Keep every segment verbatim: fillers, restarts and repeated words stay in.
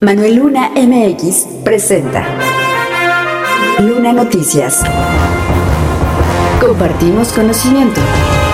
Manuel Luna M X presenta Luna Noticias. Compartimos conocimiento.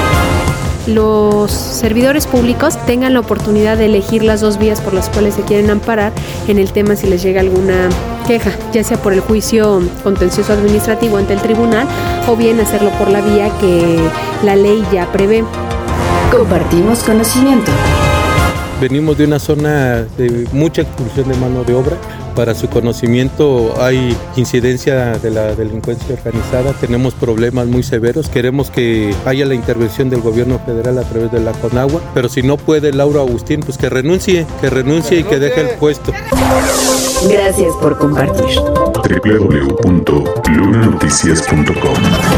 Los servidores públicos tengan la oportunidad de elegir las dos vías por las cuales se quieren amparar en el tema si les llega alguna queja, ya sea por el juicio contencioso administrativo ante el tribunal o bien hacerlo por la vía que la ley ya prevé. Compartimos conocimiento. Venimos de una zona de mucha expulsión de mano de obra. Para su conocimiento, hay incidencia de la delincuencia organizada, tenemos problemas muy severos. Queremos que haya la intervención del gobierno federal a través de la CONAGUA, pero si no puede Laura Agustín, pues que renuncie, que renuncie y que deje el puesto. Gracias por compartir. doble u doble u doble u punto luna noticias punto com.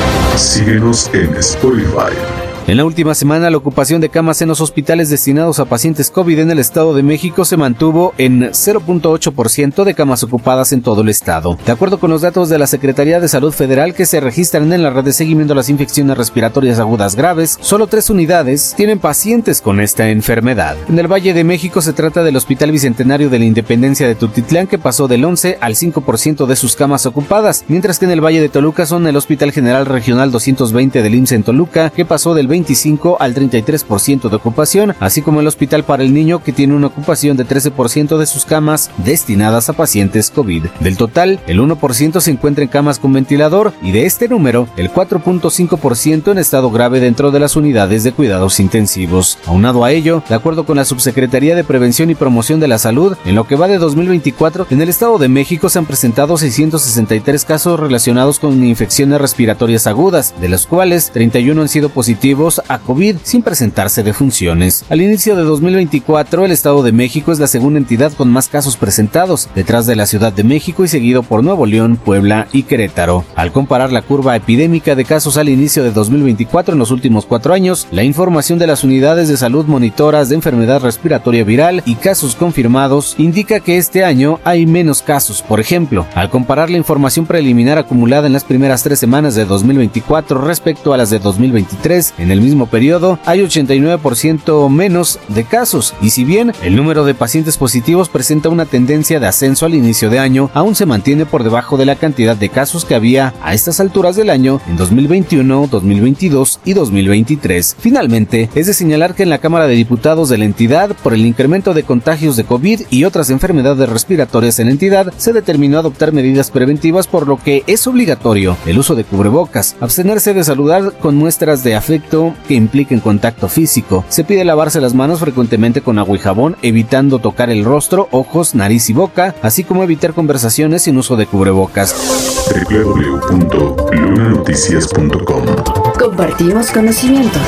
Síguenos en Spotify. En la última semana, la ocupación de camas en los hospitales destinados a pacientes COVID en el Estado de México se mantuvo en cero punto ocho por ciento de camas ocupadas en todo el estado. De acuerdo con los datos de la Secretaría de Salud Federal que se registran en la red de seguimiento a las infecciones respiratorias agudas graves, solo tres unidades tienen pacientes con esta enfermedad. En el Valle de México se trata del Hospital Bicentenario de la Independencia de Tultitlán, que pasó del once al cinco por ciento de sus camas ocupadas, mientras que en el Valle de Toluca son el Hospital General Regional doscientos veinte del I M S S en Toluca, que pasó del veinticinco al treinta y tres por ciento de ocupación, así como el Hospital para el Niño, que tiene una ocupación de trece por ciento de sus camas destinadas a pacientes COVID. Del total, el uno por ciento se encuentra en camas con ventilador y de este número, el cuatro punto cinco por ciento en estado grave dentro de las unidades de cuidados intensivos. Aunado a ello, de acuerdo con la Subsecretaría de Prevención y Promoción de la Salud, en lo que va de dos mil veinticuatro, en el Estado de México se han presentado seiscientos sesenta y tres casos relacionados con infecciones respiratorias agudas, de los cuales treinta y uno han sido positivos a COVID sin presentarse defunciones. Al inicio de dos mil veinticuatro, el Estado de México es la segunda entidad con más casos presentados, detrás de la Ciudad de México y seguido por Nuevo León, Puebla y Querétaro. Al comparar la curva epidémica de casos al inicio de dos mil veinticuatro en los últimos cuatro años, la información de las unidades de salud monitoras de enfermedad respiratoria viral y casos confirmados indica que este año hay menos casos. Por ejemplo, al comparar la información preliminar acumulada en las primeras tres semanas de dos mil veinticuatro respecto a las de dos mil veintitrés, en el mismo periodo hay ochenta y nueve por ciento menos de casos, y si bien el número de pacientes positivos presenta una tendencia de ascenso al inicio de año, aún se mantiene por debajo de la cantidad de casos que había a estas alturas del año en dos mil veintiuno, dos mil veintidós y dos mil veintitrés. Finalmente, es de señalar que en la Cámara de Diputados de la entidad, por el incremento de contagios de COVID y otras enfermedades respiratorias en la entidad, se determinó adoptar medidas preventivas, por lo que es obligatorio el uso de cubrebocas, abstenerse de saludar con muestras de afecto que impliquen contacto físico. Se pide lavarse las manos frecuentemente con agua y jabón, evitando tocar el rostro, ojos, nariz y boca, así como evitar conversaciones sin uso de cubrebocas. doble u doble u doble u punto luna noticias punto com. Compartimos conocimiento.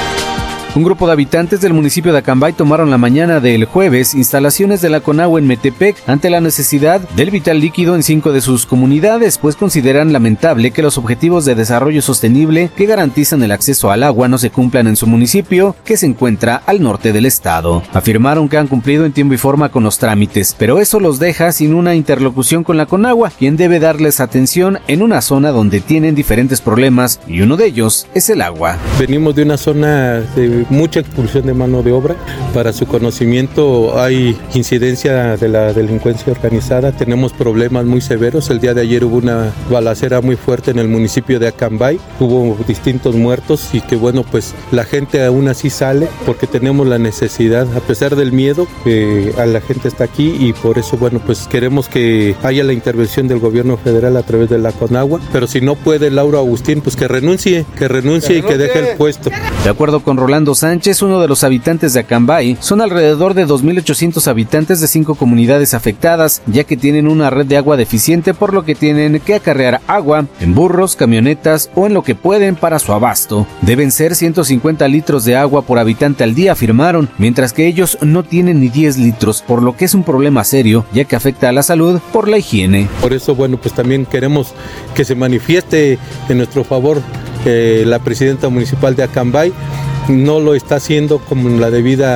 Un grupo de habitantes del municipio de Acambay tomaron la mañana del jueves instalaciones de la CONAGUA en Metepec ante la necesidad del vital líquido en cinco de sus comunidades, pues consideran lamentable que los objetivos de desarrollo sostenible que garantizan el acceso al agua no se cumplan en su municipio, que se encuentra al norte del estado. Afirmaron que han cumplido en tiempo y forma con los trámites, pero eso los deja sin una interlocución con la CONAGUA, quien debe darles atención en una zona donde tienen diferentes problemas, y uno de ellos es el agua. Venimos de una zona de mucha expulsión de mano de obra. Para su conocimiento, hay incidencia de la delincuencia organizada, tenemos problemas muy severos. El día de ayer hubo una balacera muy fuerte en el municipio de Acambay, hubo distintos muertos, y que bueno, pues la gente aún así sale porque tenemos la necesidad, a pesar del miedo, eh, a la gente está aquí, y por eso bueno, pues queremos que haya la intervención del gobierno federal a través de la CONAGUA, pero si no puede Laura Agustín, pues que renuncie, que renuncie y que deje el puesto. De acuerdo con Rolando Sánchez, uno de los habitantes de Acambay, son alrededor de dos mil ochocientos habitantes de cinco comunidades afectadas, ya que tienen una red de agua deficiente, por lo que tienen que acarrear agua en burros, camionetas o en lo que pueden para su abasto. Deben ser ciento cincuenta litros de agua por habitante al día, afirmaron, mientras que ellos no tienen ni diez litros, por lo que es un problema serio, ya que afecta a la salud por la higiene. Por eso, bueno, pues también queremos que se manifieste en nuestro favor eh, la presidenta municipal de Acambay. No lo está haciendo con la debida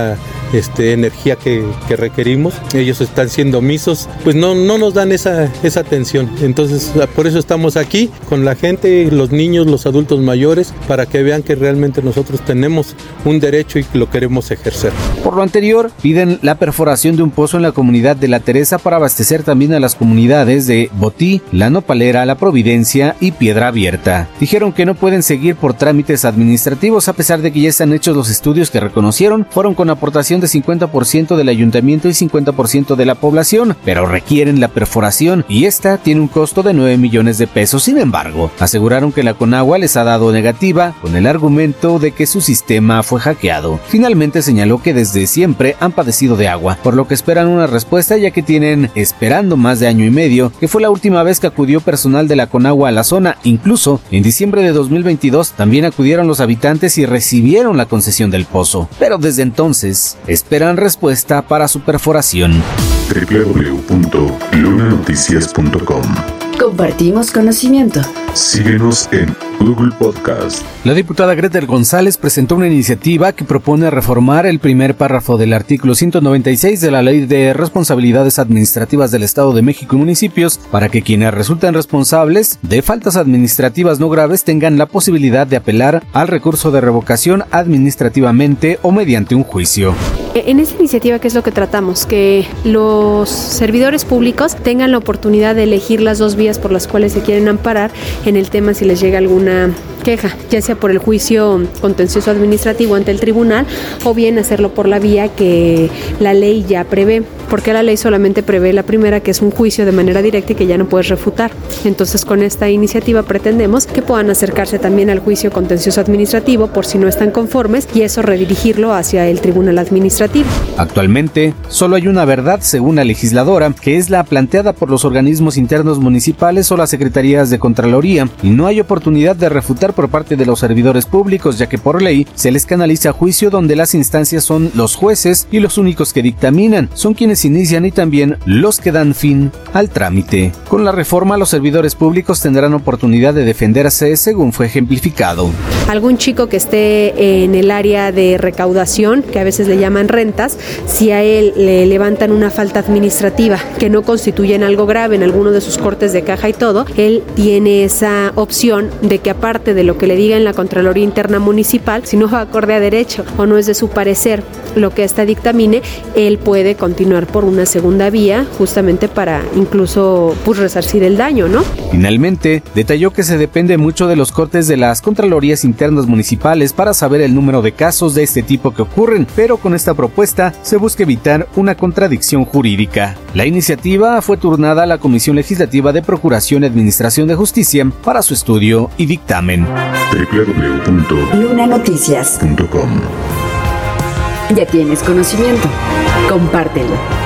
este, energía que, que requerimos. Ellos están siendo omisos, pues no, no nos dan esa, esa atención. Entonces, por eso estamos aquí con la gente, los niños, los adultos mayores, para que vean que realmente nosotros tenemos un derecho y lo queremos ejercer. Por lo anterior, piden la perforación de un pozo en la comunidad de La Teresa para abastecer también a las comunidades de Botí, La Nopalera, La Providencia y Piedra Abierta. Dijeron que no pueden seguir por trámites administrativos a pesar de que ya están hechos los estudios que reconocieron fueron con aportación de cincuenta por ciento del ayuntamiento y cincuenta por ciento de la población, pero requieren la perforación y esta tiene un costo de nueve millones de pesos. Sin embargo, aseguraron que la Conagua les ha dado negativa con el argumento de que su sistema fue hackeado. Finalmente señaló que desde siempre han padecido de agua, por lo que esperan una respuesta ya que tienen esperando más de año y medio, que fue la última vez que acudió personal de la Conagua a la zona. Incluso en diciembre de dos mil veintidós también acudieron los habitantes y recibieron la concesión del pozo, pero desde entonces esperan respuesta para su perforación. doble u doble u doble u punto luna noticias punto com. Compartimos conocimiento. Síguenos en Google Podcast. La diputada Gretel González presentó una iniciativa que propone reformar el primer párrafo del artículo ciento noventa y seis de la Ley de Responsabilidades Administrativas del Estado de México y Municipios para que quienes resultan responsables de faltas administrativas no graves tengan la posibilidad de apelar al recurso de revocación administrativamente o mediante un juicio. En esta iniciativa, ¿qué es lo que tratamos? Que los servidores públicos tengan la oportunidad de elegir las dos vías por las cuales se quieren amparar en el tema si les llega alguna queja, ya sea por el juicio contencioso administrativo ante el tribunal o bien hacerlo por la vía que la ley ya prevé, porque la ley solamente prevé la primera, que es un juicio de manera directa y que ya no puedes refutar. Entonces, con esta iniciativa pretendemos que puedan acercarse también al juicio contencioso administrativo por si no están conformes y eso redirigirlo hacia el tribunal administrativo. Actualmente, solo hay una verdad según la legisladora, que es la planteada por los organismos internos municipales o las secretarías de Contraloría, y no hay oportunidad de refutar por parte de los servidores públicos, ya que por ley se les canaliza a juicio donde las instancias son los jueces y los únicos que dictaminan, son quienes inician y también los que dan fin al trámite. Con la reforma, los servidores públicos tendrán oportunidad de defenderse según fue ejemplificado. Algún chico que esté en el área de recaudación, que a veces le llaman rentas, si a él le levantan una falta administrativa que no constituye en algo grave en alguno de sus cortes de caja y todo, él tiene esa opción de que aparte de lo que le diga en la Contraloría Interna Municipal, si no va acorde a derecho o no es de su parecer lo que ésta dictamine, él puede continuar por una segunda vía justamente para incluso pues resarcir el daño, ¿no? Finalmente, detalló que se depende mucho de los cortes de las Contralorías Internas Municipales para saber el número de casos de este tipo que ocurren, pero con esta propuesta se busca evitar una contradicción jurídica. La iniciativa fue turnada a la Comisión Legislativa de Procuración y Administración de Justicia para su estudio y dictamen. doble u doble u doble u punto luna noticias punto com. Ya tienes conocimiento. Compártelo.